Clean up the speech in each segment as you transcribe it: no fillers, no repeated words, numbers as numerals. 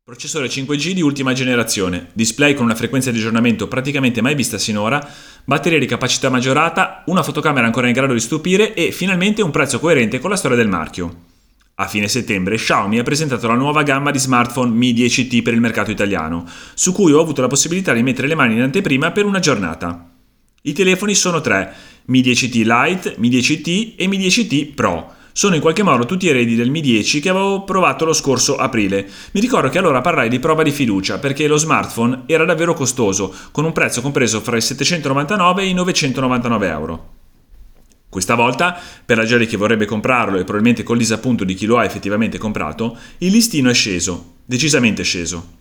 Processore 5G di ultima generazione, display con una frequenza di aggiornamento praticamente mai vista sinora, batteria di capacità maggiorata, una fotocamera ancora in grado di stupire e finalmente un prezzo coerente con la storia del marchio. A fine settembre Xiaomi ha presentato la nuova gamma di smartphone Mi 10T per il mercato italiano, su cui ho avuto la possibilità di mettere le mani in anteprima per una giornata. I telefoni sono tre: Mi 10T Lite, Mi 10T e Mi 10T Pro. Sono in qualche modo tutti eredi del Mi 10 che avevo provato lo scorso aprile. Mi ricordo che allora parlai di prova di fiducia perché lo smartphone era davvero costoso, con un prezzo compreso fra i 799 e i 999 euro. Questa volta, per la gente che vorrebbe comprarlo e probabilmente con il disappunto di chi lo ha effettivamente comprato, il listino è sceso, decisamente sceso.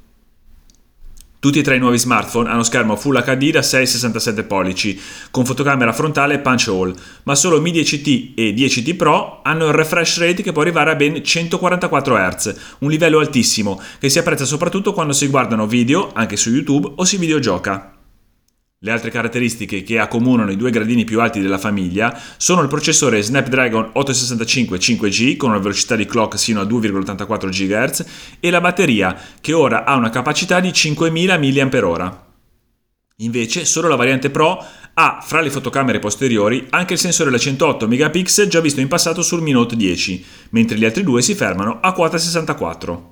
Tutti e tre i nuovi smartphone hanno schermo Full HD da 6,67 pollici, con fotocamera frontale punch hole, ma solo Mi 10T e 10T Pro hanno il refresh rate che può arrivare a ben 144 Hz, un livello altissimo, che si apprezza soprattutto quando si guardano video, anche su YouTube, o si videogioca. Le altre caratteristiche che accomunano i due gradini più alti della famiglia sono il processore Snapdragon 865 5G con una velocità di clock sino a 2,84 GHz e la batteria, che ora ha una capacità di 5000 mAh. Invece solo la variante Pro ha, fra le fotocamere posteriori, anche il sensore da 108 megapixel già visto in passato sul Mi Note 10, mentre gli altri due si fermano a quota 64.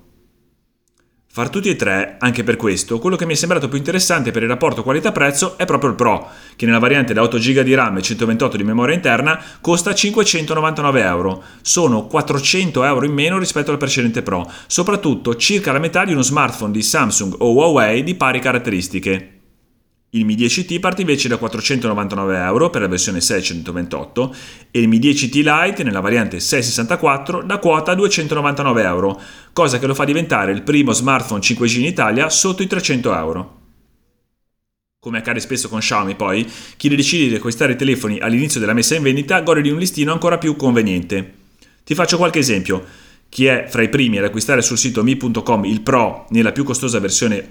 Far tutti e tre, anche per questo, quello che mi è sembrato più interessante per il rapporto qualità-prezzo è proprio il Pro, che nella variante da 8 GB di RAM e 128 di memoria interna costa 599 euro. Sono 400 euro in meno rispetto al precedente Pro, soprattutto circa la metà di uno smartphone di Samsung o Huawei di pari caratteristiche. Il Mi 10T parte invece da 499 euro per la versione 628 e il Mi 10T Lite nella variante 664 da quota 299 euro, cosa che lo fa diventare il primo smartphone 5G in Italia sotto i 300 euro. Come accade spesso con Xiaomi, poi, chi decide di acquistare i telefoni all'inizio della messa in vendita gode di un listino ancora più conveniente. Ti faccio qualche esempio. Chi è fra i primi ad acquistare sul sito mi.com il Pro nella più costosa versione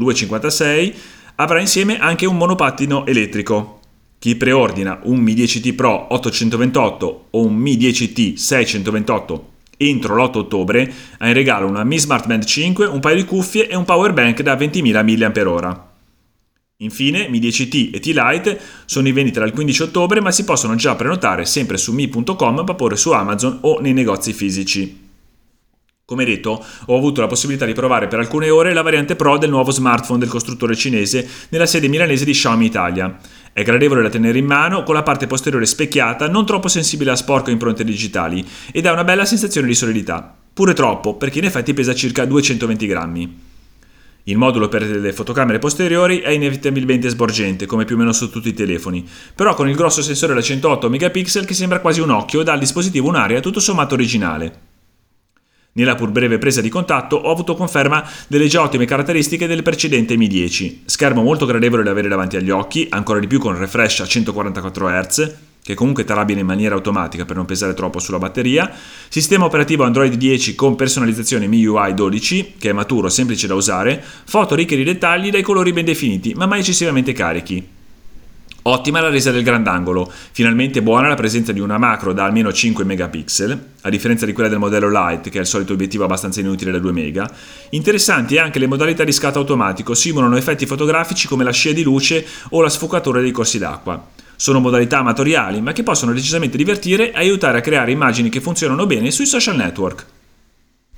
8256 avrà insieme anche un monopattino elettrico. Chi preordina un Mi 10T Pro 828 o un Mi 10T 628 entro l'8 ottobre ha in regalo una Mi Smart Band 5, un paio di cuffie e un power bank da 20.000 mAh. Infine, Mi 10T e T Lite sono in vendita dal 15 ottobre, ma si possono già prenotare sempre su mi.com, oppure su Amazon o nei negozi fisici. Come detto, ho avuto la possibilità di provare per alcune ore la variante Pro del nuovo smartphone del costruttore cinese nella sede milanese di Xiaomi Italia. È gradevole da tenere in mano, con la parte posteriore specchiata, non troppo sensibile a sporco e impronte digitali, ed ha una bella sensazione di solidità. Pure troppo, perché in effetti pesa circa 220 grammi. Il modulo per le fotocamere posteriori è inevitabilmente sporgente, come più o meno su tutti i telefoni, però con il grosso sensore da 108 megapixel che sembra quasi un occhio e dà al dispositivo un'aria tutto sommato originale. Nella pur breve presa di contatto ho avuto conferma delle già ottime caratteristiche del precedente Mi 10. Schermo molto gradevole da avere davanti agli occhi, ancora di più con refresh a 144 Hz, che comunque tarabina in maniera automatica per non pesare troppo sulla batteria, sistema operativo Android 10 con personalizzazione MIUI 12, che è maturo, semplice da usare, foto ricche di dettagli dai colori ben definiti, ma mai eccessivamente carichi. Ottima la resa del grandangolo, finalmente buona la presenza di una macro da almeno 5 megapixel, a differenza di quella del modello Lite che è il solito obiettivo abbastanza inutile da 2 mega. Interessanti anche le modalità di scatto automatico, simulano effetti fotografici come la scia di luce o la sfocatura dei corsi d'acqua. Sono modalità amatoriali ma che possono decisamente divertire e aiutare a creare immagini che funzionano bene sui social network.